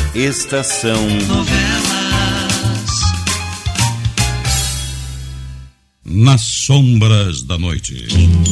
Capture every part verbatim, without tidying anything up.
Estação Novelas. Nas sombras da noite.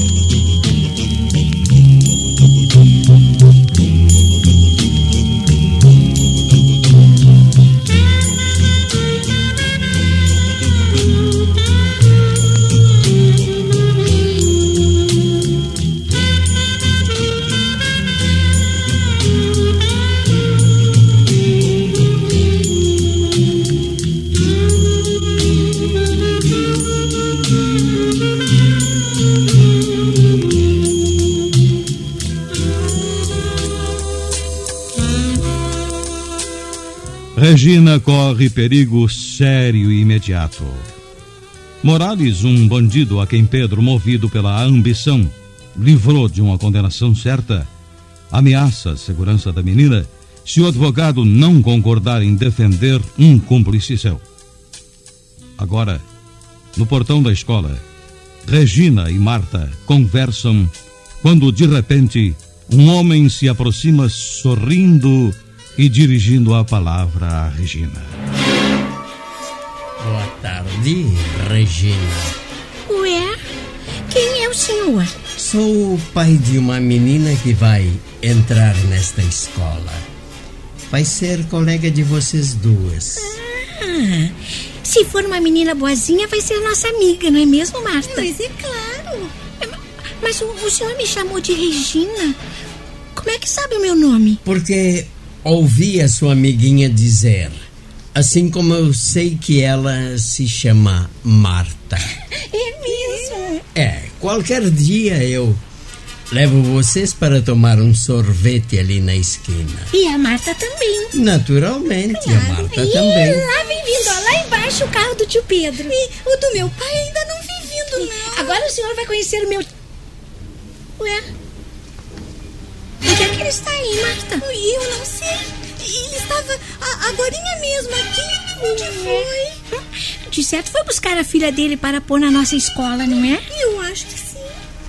Regina corre perigo sério e imediato. Morales, um bandido a quem Pedro, movido pela ambição, livrou de uma condenação certa, ameaça a segurança da menina se o advogado não concordar em defender um cúmplice seu. Agora, no portão da escola, Regina e Marta conversam quando, de repente, um homem se aproxima sorrindo e dirigindo a palavra a Regina. Boa tarde, Regina. Ué, quem é o senhor? Sou o pai de uma menina que vai entrar nesta escola. Vai ser colega de vocês duas. Ah, se for uma menina boazinha, vai ser nossa amiga, não é mesmo, Marta? Mas é claro. Mas o, o senhor me chamou de Regina. Como é que sabe o meu nome? Porque ouvi a sua amiguinha dizer, assim como eu sei que ela se chama Marta. É mesmo? É, qualquer dia eu levo vocês para tomar um sorvete ali na esquina. E a Marta também. Naturalmente, claro. A Marta e também. Lá vem vindo, ó, lá embaixo o carro do tio Pedro. E o do meu pai ainda não vem vindo, não. Agora o senhor vai conhecer o meu... Ué? Onde é que ele está aí, Marta? Eu não sei. Ele estava agorinha mesmo aqui. Onde foi? De certo foi buscar a filha dele para pôr na nossa escola, não é? Eu acho que sim.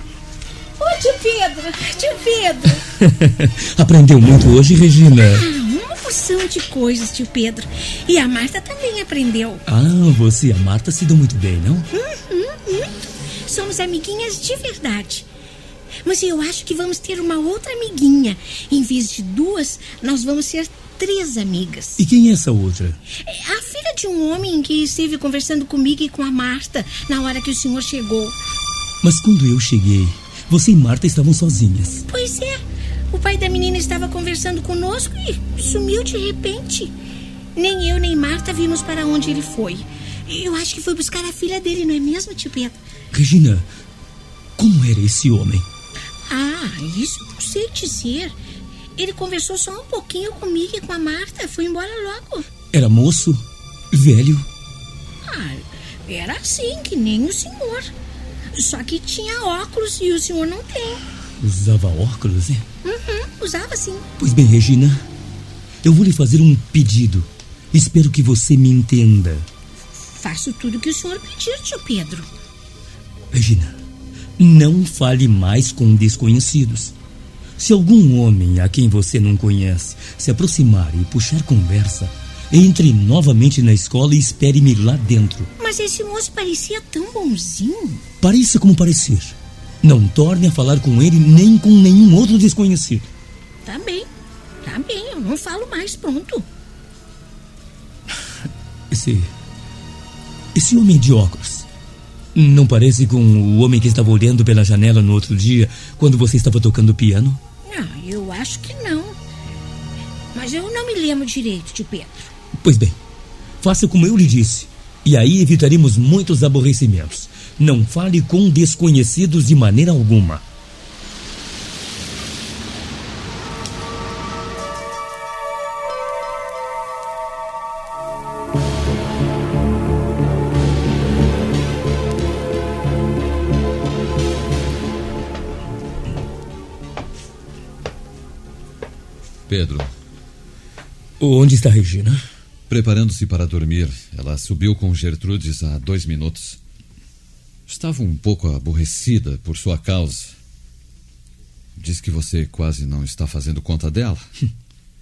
Ô, tio Pedro, tio Pedro. Aprendeu muito hoje, Regina? Ah, uma porção de coisas, tio Pedro. E a Marta também aprendeu. Ah, você e a Marta se dão muito bem, não? Uhum, muito. Somos amiguinhas de verdade. Mas eu acho que vamos ter uma outra amiguinha. Em vez de duas, nós vamos ser três amigas. E quem é essa outra? A filha de um homem que esteve conversando comigo e com a Marta na hora que o senhor chegou. Mas quando eu cheguei, você e Marta estavam sozinhas. Pois é. O pai da menina estava conversando conosco e sumiu de repente. Nem eu nem Marta vimos para onde ele foi. Eu acho que foi buscar a filha dele, não é mesmo, tio Pedro? Regina, como era esse homem? Ah, isso não sei dizer. Ele conversou só um pouquinho comigo e com a Marta. Foi embora logo. Era moço? Velho? Ah, era assim, que nem o senhor. Só que tinha óculos e o senhor não tem. Usava óculos, é? Uhum, usava sim. Pois bem, Regina, eu vou lhe fazer um pedido. Espero que você me entenda. Faço tudo que o senhor pedir, tio Pedro. Regina, não fale mais com desconhecidos. Se algum homem a quem você não conhece se aproximar e puxar conversa, entre novamente na escola e espere-me lá dentro. Mas esse moço parecia tão bonzinho. Pareça como parecer. Não torne a falar com ele nem com nenhum outro desconhecido. Tá bem, tá bem, eu não falo mais, pronto. Esse... Esse homem de óculos não parece com o homem que estava olhando pela janela no outro dia, quando você estava tocando piano? Ah, eu acho que não. Mas eu não me lembro direito, tio Pedro. Pois bem, faça como eu lhe disse, e aí evitaremos muitos aborrecimentos. Não fale com desconhecidos de maneira alguma. Pedro. Onde está a Regina? Preparando-se para dormir. Ela subiu com Gertrudes há dois minutos. Estava um pouco aborrecida por sua causa. Diz que você quase não está fazendo conta dela.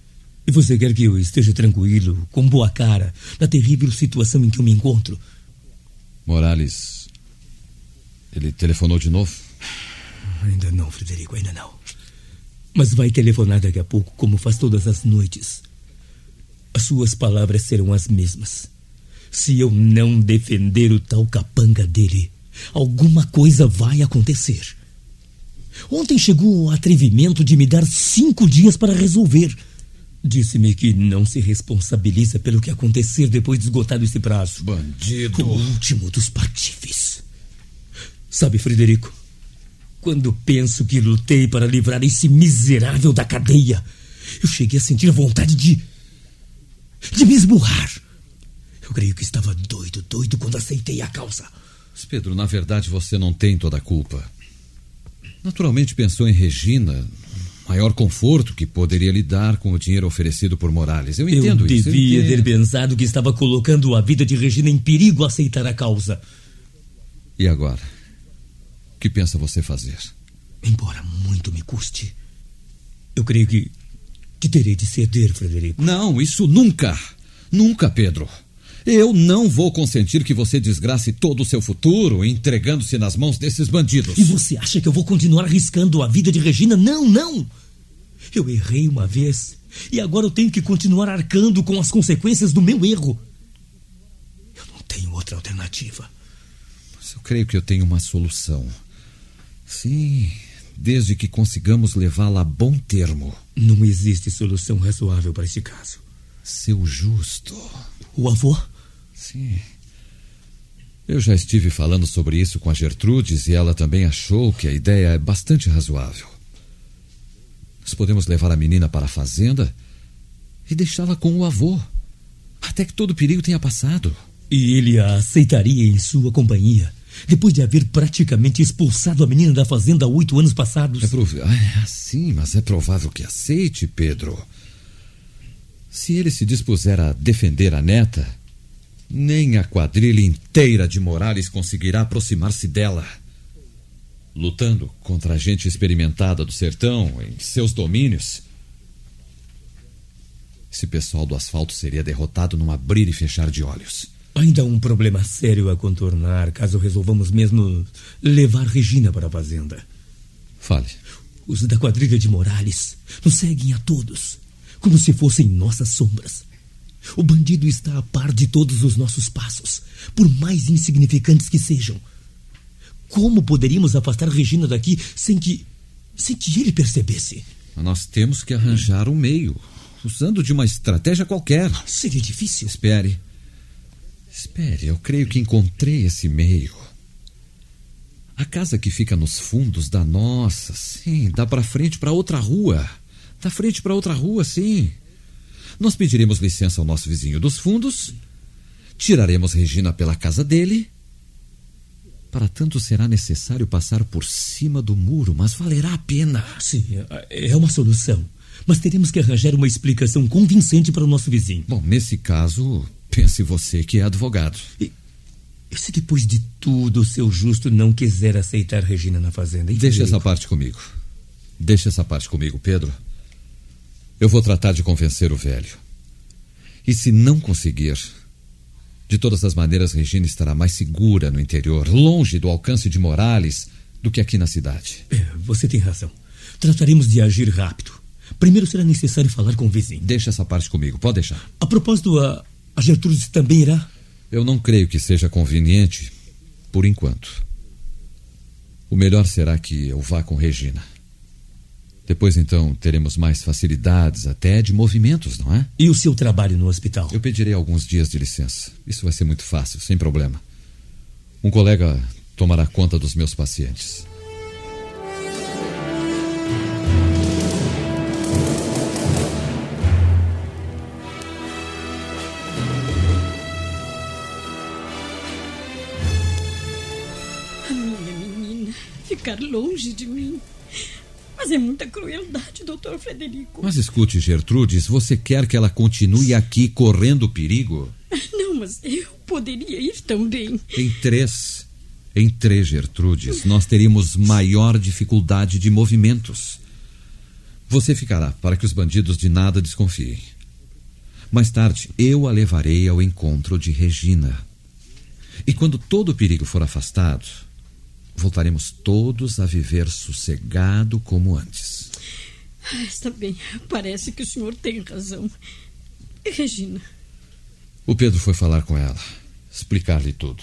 E você quer que eu esteja tranquilo, com boa cara, na terrível situação em que eu me encontro? Morales, ele telefonou de novo? Ainda não, Frederico, ainda não. Mas vai telefonar daqui a pouco, como faz todas as noites. As suas palavras serão as mesmas. Se eu não defender o tal capanga dele, alguma coisa vai acontecer. Ontem chegou o atrevimento de me dar cinco dias para resolver. Disse-me que não se responsabiliza pelo que acontecer depois de esgotado esse prazo. Bandido! O último dos patifes. Sabe, Frederico, quando penso que lutei para livrar esse miserável da cadeia, eu cheguei a sentir vontade de... de me esburrar. Eu creio que estava doido, doido quando aceitei a causa. Mas, Pedro, na verdade você não tem toda a culpa. Naturalmente pensou em Regina, maior conforto que poderia lhe dar com o dinheiro oferecido por Morales. Eu entendo eu isso. Eu devia entendo. ter pensado que estava colocando a vida de Regina em perigo ao aceitar a causa. E agora? O que pensa você fazer? Embora muito me custe, eu creio que, que terei de ceder, Frederico. Não, isso nunca. Nunca, Pedro. Eu não vou consentir que você desgrace todo o seu futuro entregando-se nas mãos desses bandidos. E você acha que eu vou continuar arriscando a vida de Regina? Não, não. Eu errei uma vez e agora eu tenho que continuar arcando com as consequências do meu erro. Eu não tenho outra alternativa. Mas eu creio que eu tenho uma solução. Sim, desde que consigamos levá-la a bom termo. Não existe solução razoável para este caso. Seu Justo. O avô? Sim. Eu já estive falando sobre isso com a Gertrudes e ela também achou que a ideia é bastante razoável. Nós podemos levar a menina para a fazenda e deixá-la com o avô, até que todo o perigo tenha passado. E ele a aceitaria em sua companhia, depois de haver praticamente expulsado a menina da fazenda há oito anos passados? É provável. Ah, sim, mas é provável que aceite, Pedro. Se ele se dispuser a defender a neta, nem a quadrilha inteira de Morales conseguirá aproximar-se dela. Lutando contra a gente experimentada do sertão, em seus domínios, esse pessoal do asfalto seria derrotado num abrir e fechar de olhos. Ainda há um problema sério a contornar, caso resolvamos mesmo levar Regina para a fazenda. Fale. Os da quadrilha de Morales nos seguem a todos, como se fossem nossas sombras. O bandido está a par de todos os nossos passos, por mais insignificantes que sejam. Como poderíamos afastar Regina daqui sem que, sem que ele percebesse? Nós temos que arranjar um meio, usando de uma estratégia qualquer. Seria difícil. Espere. Espere, eu creio que encontrei esse meio. A casa que fica nos fundos da nossa, sim, dá para frente para outra rua. Da frente para outra rua, sim. Nós pediremos licença ao nosso vizinho dos fundos, tiraremos Regina pela casa dele. Para tanto será necessário passar por cima do muro, mas valerá a pena. Sim, é uma solução. Mas teremos que arranjar uma explicação convincente para o nosso vizinho. Bom, nesse caso, pense você que é advogado. E, e se depois de tudo o seu Justo não quiser aceitar Regina na fazenda? Hein, Deixa Frederico? essa parte comigo. Deixa essa parte comigo, Pedro. Eu vou tratar de convencer o velho. E se não conseguir, de todas as maneiras, Regina estará mais segura no interior, longe do alcance de Morales, do que aqui na cidade. É, você tem razão. Trataremos de agir rápido. Primeiro será necessário falar com o vizinho. Deixa essa parte comigo, pode deixar. A propósito, a, a Gertrudes também irá? Eu não creio que seja conveniente, por enquanto. O melhor será que eu vá com Regina. Depois, então, teremos mais facilidades até de movimentos, não é? E o seu trabalho no hospital? Eu pedirei alguns dias de licença. Isso vai ser muito fácil, sem problema. Um colega tomará conta dos meus pacientes. A minha menina ficar longe de mim. Mas é muita crueldade, doutor Frederico. Mas escute, Gertrudes, você quer que ela continue aqui correndo perigo? Não, mas eu poderia ir também. Em três, em três, Gertrudes, nós teríamos maior dificuldade de movimentos. Você ficará, para que os bandidos de nada desconfiem. Mais tarde, eu a levarei ao encontro de Regina. E quando todo o perigo for afastado, voltaremos todos a viver sossegado como antes. Ah, está bem. Parece que o senhor tem razão. E Regina? O Pedro foi falar com ela, explicar-lhe tudo.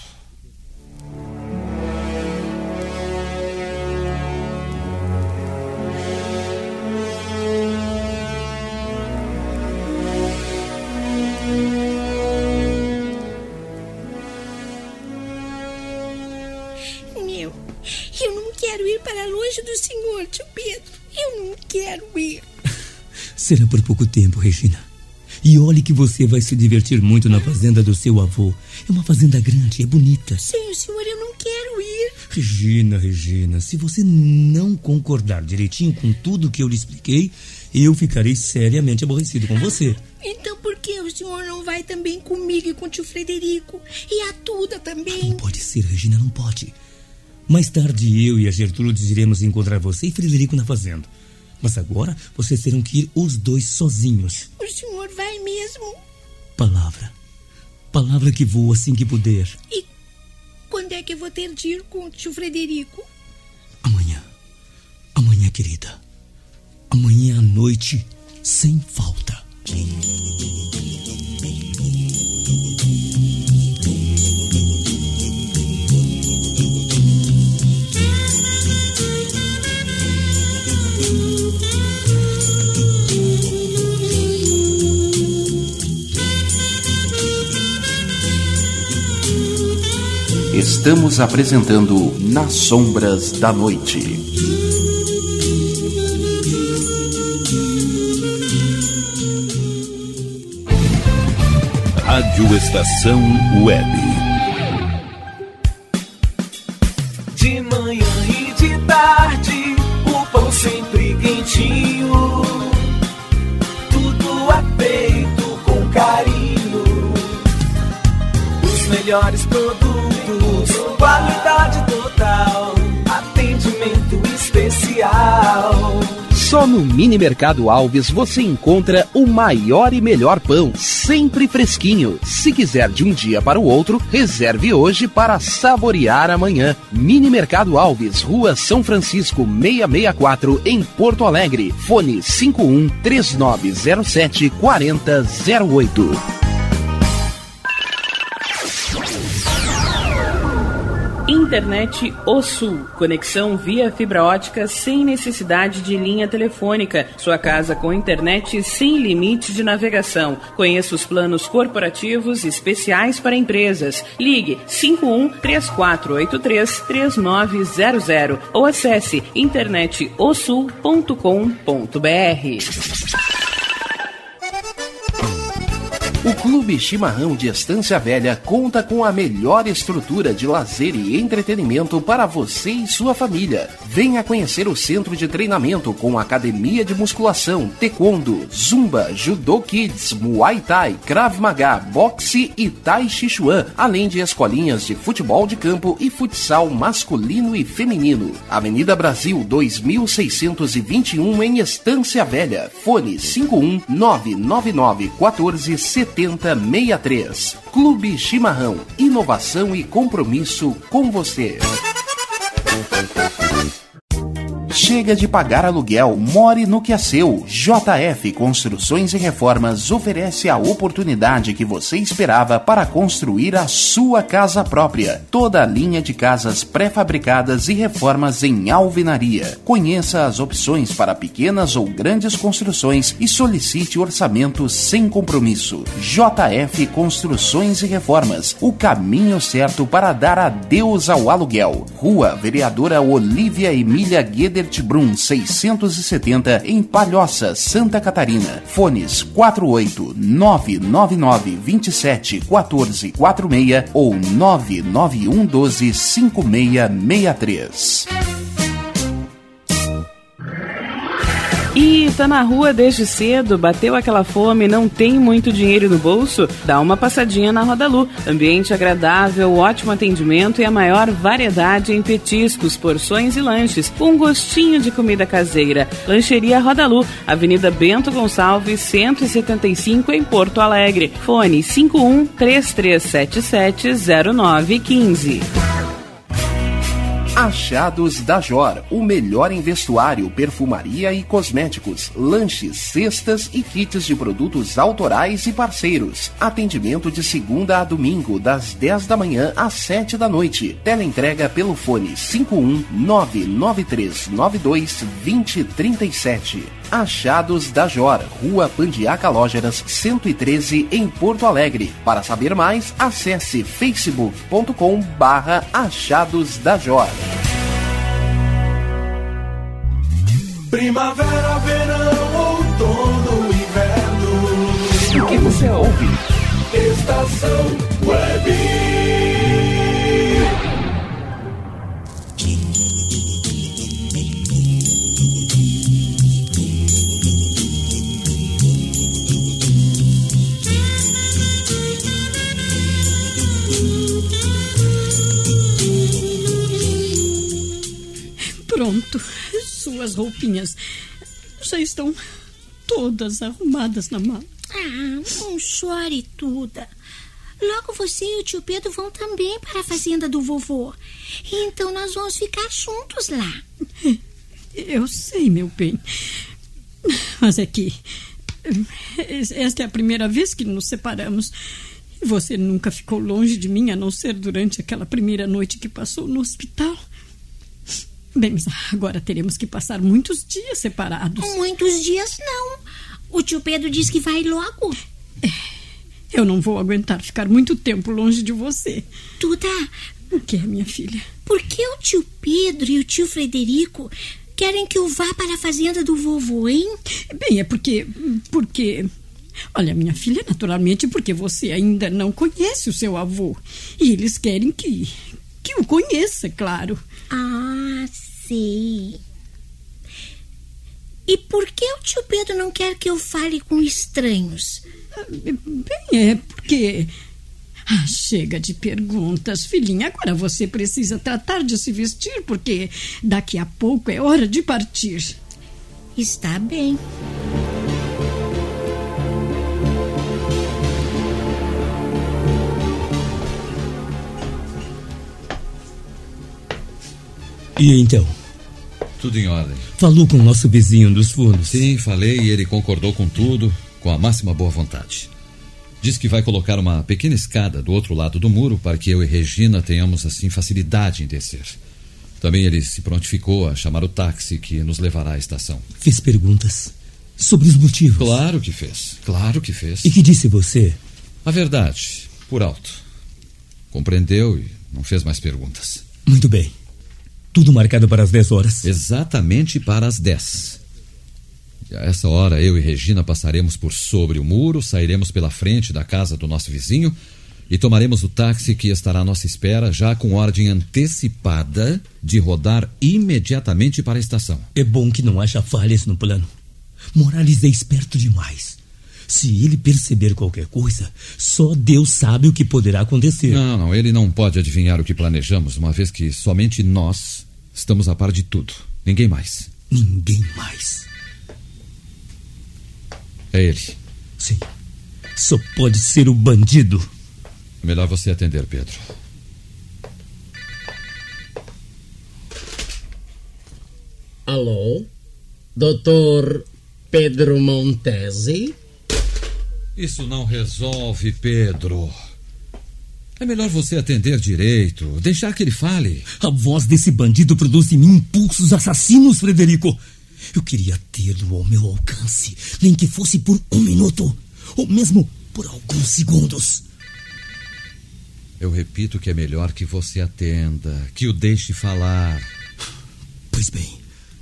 Meu, eu não quero ir para longe do senhor, tio Pedro. Eu não quero ir. Será por pouco tempo, Regina. E olhe que você vai se divertir muito na fazenda do seu avô. É uma fazenda grande, é bonita. Sim, senhor, eu não quero ir. Regina, Regina, se você não concordar direitinho com tudo que eu lhe expliquei, eu ficarei seriamente aborrecido com você. Então por que o senhor não vai também comigo e com o tio Frederico? E a Tuda também? Não pode ser, Regina, não pode. Mais tarde eu e a Gertrudes iremos encontrar você e Frederico na fazenda. Mas agora vocês terão que ir os dois sozinhos. O senhor vai mesmo? Palavra. Palavra que vou assim que puder. E quando é que eu vou ter de ir com o tio Frederico? Amanhã. Amanhã, querida. Amanhã à noite, sem falta. Estamos apresentando Nas Sombras da Noite. Rádio Estação Web. De manhã e de tarde, o pão sempre quentinho. Tudo é feito com carinho. Os melhores produtos, qualidade total, atendimento especial. Só no Mini Mercado Alves você encontra o maior e melhor pão, sempre fresquinho. Se quiser de um dia para o outro, reserve hoje para saborear amanhã. Mini Mercado Alves, Rua São Francisco, seiscentos e sessenta e quatro, em Porto Alegre. Fone cinco um três nove zero sete quatro zero zero oito. Internet O Sul. Conexão via fibra ótica sem necessidade de linha telefônica. Sua casa com internet sem limite de navegação. Conheça os planos corporativos especiais para empresas. Ligue cinco um três quatro oito três três nove zero zero ou acesse internet o sul ponto com ponto b r. O Clube Chimarrão de Estância Velha conta com a melhor estrutura de lazer e entretenimento para você e sua família. Venha conhecer o centro de treinamento com academia de musculação, taekwondo, zumba, judô kids, muay thai, krav maga, boxe e tai chi chuan, além de escolinhas de futebol de campo e futsal masculino e feminino. Avenida Brasil dois mil seiscentos e vinte e um, em Estância Velha. Fone cinco um nove nove nove um quatro sete zero seis três. Clube Chimarrão, inovação e compromisso com você. Chega de pagar aluguel, more no que é seu. J F Construções e Reformas oferece a oportunidade que você esperava para construir a sua casa própria. Toda a linha de casas pré-fabricadas e reformas em alvenaria. Conheça as opções para pequenas ou grandes construções e solicite orçamento sem compromisso. J F Construções e Reformas, o caminho certo para dar adeus ao aluguel. Rua Vereadora Olívia Emília Guedert Brum, seiscentos e setenta, em Palhoça, Santa Catarina. Fones quatro oito nove nove nove dois sete um quatro quatro seis ou nove nove um um doze cinco seis seis três. E tá na rua desde cedo, bateu aquela fome, não tem muito dinheiro no bolso? Dá uma passadinha na Rodalu. Ambiente agradável, ótimo atendimento e a maior variedade em petiscos, porções e lanches, com um gostinho de comida caseira. Lancheria Rodalu, Avenida Bento Gonçalves, cento e setenta e cinco, em Porto Alegre. Fone cinco um três três sete sete zero nove um cinco. Achados da Jor, o melhor em vestuário, perfumaria e cosméticos, lanches, cestas e kits de produtos autorais e parceiros. Atendimento de segunda a domingo, das dez da manhã às sete da noite. Teleentrega pelo fone cinco um nove nove três nove dois dois zero três sete. Achados da Jor, Rua Pandiaca Lógeras, cento e treze, em Porto Alegre. Para saber mais, acesse facebook ponto com barra Achados da Jor. Primavera, verão, outono, inverno. O que você ouve? Estação Web. Pronto, suas roupinhas já estão todas arrumadas na mala. Ah, não chore, Tuda. Logo você e o tio Pedro vão também para a fazenda do vovô. Então nós vamos ficar juntos lá. Eu sei, meu bem. Mas é que esta é a primeira vez que nos separamos. E você nunca ficou longe de mim, a não ser durante aquela primeira noite que passou no hospital. Bem, mas agora teremos que passar muitos dias separados. Muitos dias não. O tio Pedro diz que vai logo. Eu não vou aguentar ficar muito tempo longe de você. Tuda. O que é, minha filha? Por que o tio Pedro e o tio Frederico querem que eu vá para a fazenda do vovô, hein? Bem, é porque... Porque... Olha, minha filha, naturalmente porque você ainda não conhece o seu avô. E eles querem que... Que o conheça, claro. Ah, sei. E por que o tio Pedro não quer que eu fale com estranhos? Bem, é porque... Ah, chega de perguntas, filhinha. Agora você precisa tratar de se vestir, porque daqui a pouco é hora de partir. Está bem. E então? Tudo em ordem. Falou com o nosso vizinho dos fundos? Sim, falei e ele concordou com tudo, com a máxima boa vontade. Diz que vai colocar uma pequena escada do outro lado do muro para que eu e Regina tenhamos, assim, facilidade em descer. Também ele se prontificou a chamar o táxi que nos levará à estação. Fez perguntas sobre os motivos? Claro que fez, claro que fez. E que disse você? A verdade, por alto. Compreendeu e não fez mais perguntas. Muito bem. Tudo marcado para as dez horas? Exatamente para as dez. E a essa hora eu e Regina passaremos por sobre o muro, sairemos pela frente da casa do nosso vizinho e tomaremos o táxi que estará à nossa espera, já com ordem antecipada de rodar imediatamente para a estação. É bom que não haja falhas no plano. Morales é esperto demais. Se ele perceber qualquer coisa, só Deus sabe o que poderá acontecer. Não, não, ele não pode adivinhar o que planejamos, uma vez que somente nós estamos a par de tudo. Ninguém mais. Ninguém mais. É ele. Sim. Só pode ser o bandido. É melhor você atender, Pedro. Alô? doutor Pedro Montesi? Isso não resolve, Pedro. É melhor você atender direito, deixar que ele fale. A voz desse bandido produz em mim impulsos assassinos, Frederico. Eu queria tê-lo ao meu alcance, nem que fosse por um minuto, ou mesmo por alguns segundos. Eu repito que é melhor que você atenda, que o deixe falar. Pois bem.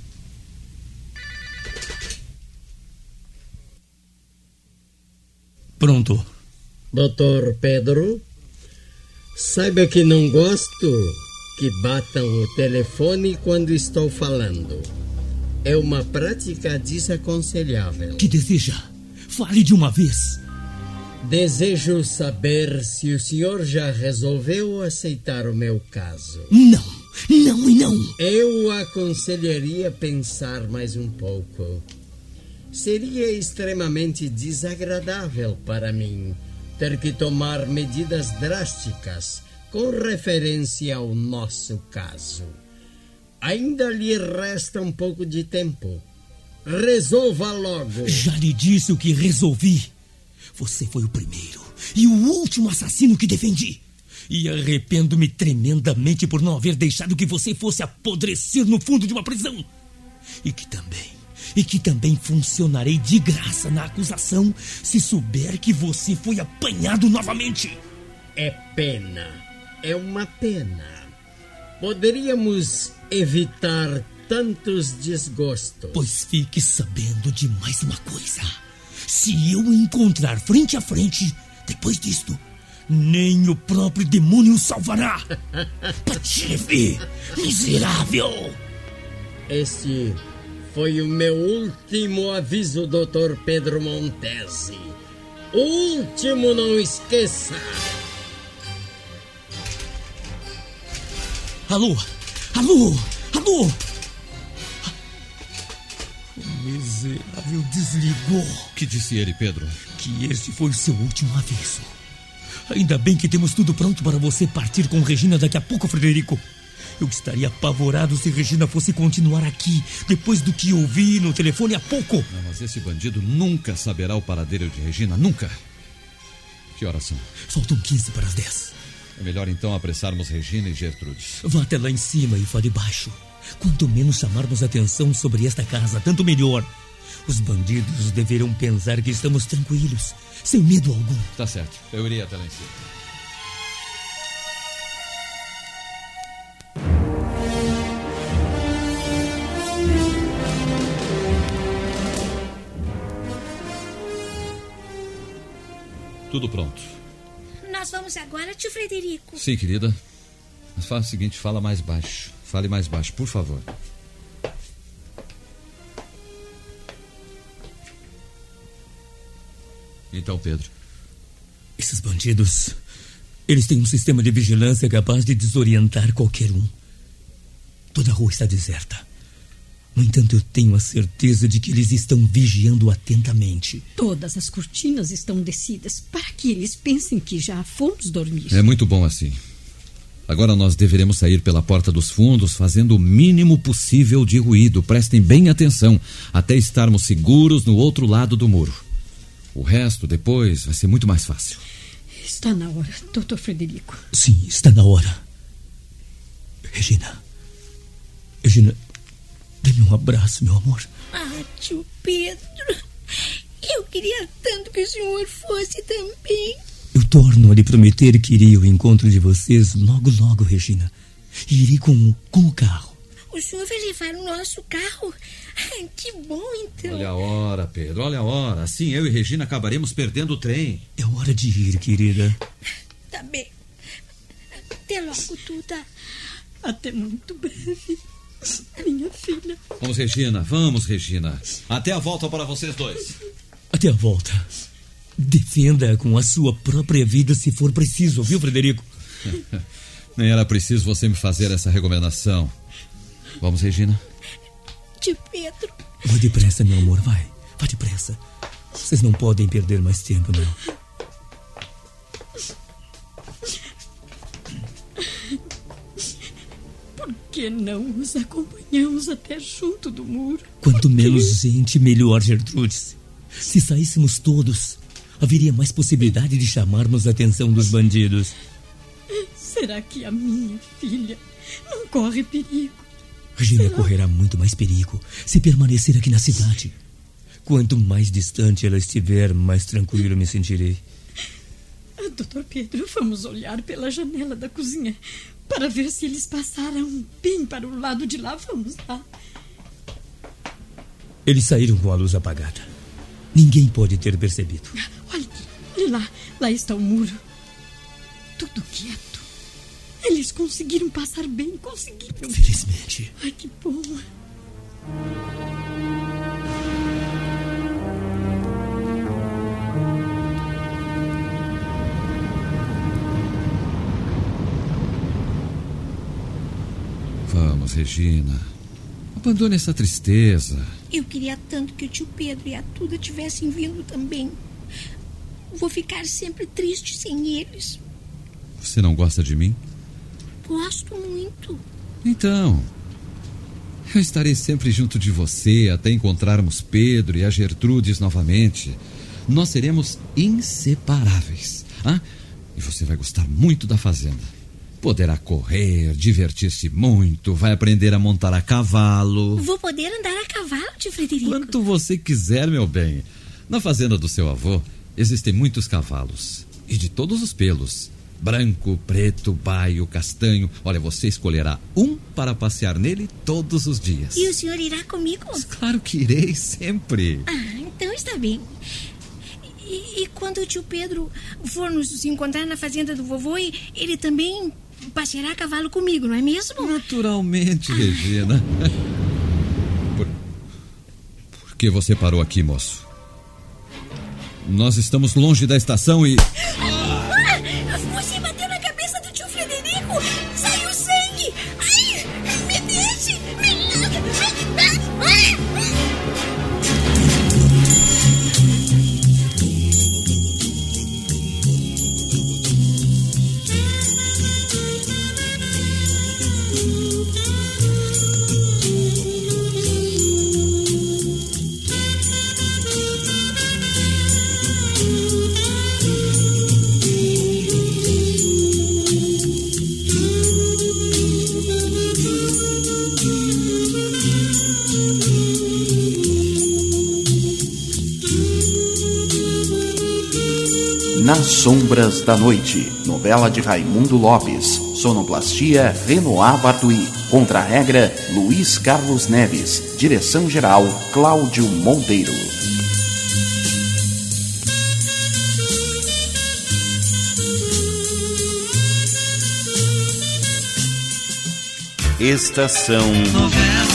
Pronto. doutor Pedro, saiba que não gosto que batam o telefone quando estou falando. é uma prática desaconselhável. Que deseja? Fale de uma vez. Desejo saber se o senhor já resolveu aceitar o meu caso. Não, não e não. Eu aconselharia pensar mais um pouco. Seria extremamente desagradável para mim ter que tomar medidas drásticas com referência ao nosso caso. Ainda lhe resta um pouco de tempo. Resolva logo. Já lhe disse o que resolvi. Você foi o primeiro e o último assassino que defendi. E arrependo-me tremendamente por não haver deixado que você fosse apodrecer no fundo de uma prisão. E que também, e que também funcionarei de graça na acusação se souber que você foi apanhado novamente. É pena. É uma pena. Poderíamos evitar tantos desgostos. Pois fique sabendo de mais uma coisa. Se eu o encontrar frente a frente, depois disto, nem o próprio demônio o salvará. Patife, miserável. Este foi o meu último aviso, doutor Pedro Montesi. O último, não esqueça. Alô, alô, alô. O miserável desligou. Que disse ele, Pedro? Que este foi o seu último aviso. Ainda bem que temos tudo pronto para você partir com Regina daqui a pouco, Frederico. Eu estaria apavorado se Regina fosse continuar aqui, depois do que ouvi no telefone há pouco. Não, mas esse bandido nunca saberá o paradeiro de Regina, nunca. Que horas são? Faltam quinze para as dez. É melhor então apressarmos Regina e Gertrudes. Vá até lá em cima e fale baixo. Quanto menos chamarmos atenção sobre esta casa, tanto melhor. Os bandidos deverão pensar que estamos tranquilos, sem medo algum. Tá certo, eu iria até lá em cima. Tudo pronto. Nós vamos agora, tio Frederico. Sim, querida. Mas faça o seguinte, fala mais baixo. Fale mais baixo, por favor. Então, Pedro. Esses bandidos, eles têm um sistema de vigilância capaz de desorientar qualquer um. Toda a rua está deserta. No entanto, eu tenho a certeza de que eles estão vigiando atentamente. Todas as cortinas estão descidas para que eles pensem que já fomos dormir. É muito bom assim. Agora nós deveremos sair pela porta dos fundos fazendo o mínimo possível de ruído. Prestem bem atenção, até estarmos seguros no outro lado do muro. O resto, depois, vai ser muito mais fácil. Está na hora, doutor Frederico. Sim, está na hora. Regina. Regina, dê-me um abraço, meu amor. Ah, tio Pedro. Eu queria tanto que o senhor fosse também. Eu torno a lhe prometer que irei ao encontro de vocês logo, logo, Regina. E irei com, com o carro. O senhor vai levar o nosso carro? Ah, que bom, então. Olha a hora, Pedro, olha a hora. Assim eu e Regina acabaremos perdendo o trem. É hora de ir, querida. Tá bem. Até logo, Tuta. Até muito breve, minha filha. Vamos, Regina, vamos, Regina. Até a volta para vocês dois. Até a volta. Defenda com a sua própria vida se for preciso, viu, Frederico? Nem era preciso você me fazer essa recomendação. Vamos, Regina? Tio Pedro. Vá depressa, meu amor, vai. Vá depressa. Vocês não podem perder mais tempo, não. Por que não os acompanhamos até junto do muro? Quanto menos gente, melhor, Gertrudes. Se saíssemos todos, haveria mais possibilidade de chamarmos a atenção dos bandidos. Será que a minha filha não corre perigo? Regina correrá muito mais perigo se permanecer aqui na cidade. Quanto mais distante ela estiver, mais tranquilo me sentirei. doutor Pedro, vamos olhar pela janela da cozinha para ver se eles passaram bem para o lado de lá. Vamos lá. Eles saíram com a luz apagada. Ninguém pode ter percebido. Olha, olha lá. Lá está o muro. Tudo quieto. Eles conseguiram passar bem, conseguiram. Felizmente. Ai, que bom. Vamos, Regina. Abandone essa tristeza. Eu queria tanto que o tio Pedro e a Tuda tivessem vindo também. Vou ficar sempre triste sem eles. Você não gosta de mim? Gosto muito. Então, eu estarei sempre junto de você até encontrarmos Pedro e a Gertrudes novamente. Nós seremos inseparáveis. Ah? E você vai gostar muito da fazenda. Poderá correr, divertir-se muito, vai aprender a montar a cavalo. Vou poder andar a cavalo, tio Frederico? Quanto você quiser, meu bem. Na fazenda do seu avô existem muitos cavalos. E de todos os pelos. Branco, preto, baio, castanho. Olha, você escolherá um para passear nele todos os dias. E o senhor irá comigo? Mas claro que irei, sempre. Ah, então está bem. E, e quando o tio Pedro for nos encontrar na fazenda do vovô, ele também passeará a cavalo comigo, não é mesmo? Naturalmente, ah. Regina. Por... Por que você parou aqui, moço? Nós estamos longe da estação e... Ah, você bateu na cabeça do tio Frederico! Saiu sangue! Ai, me deixe! Me... Nas Sombras da Noite, novela de Raimundo Lopes, sonoplastia Renoir Bartui, contra-regra Luiz Carlos Neves, direção-geral Cláudio Monteiro. Estação Novela.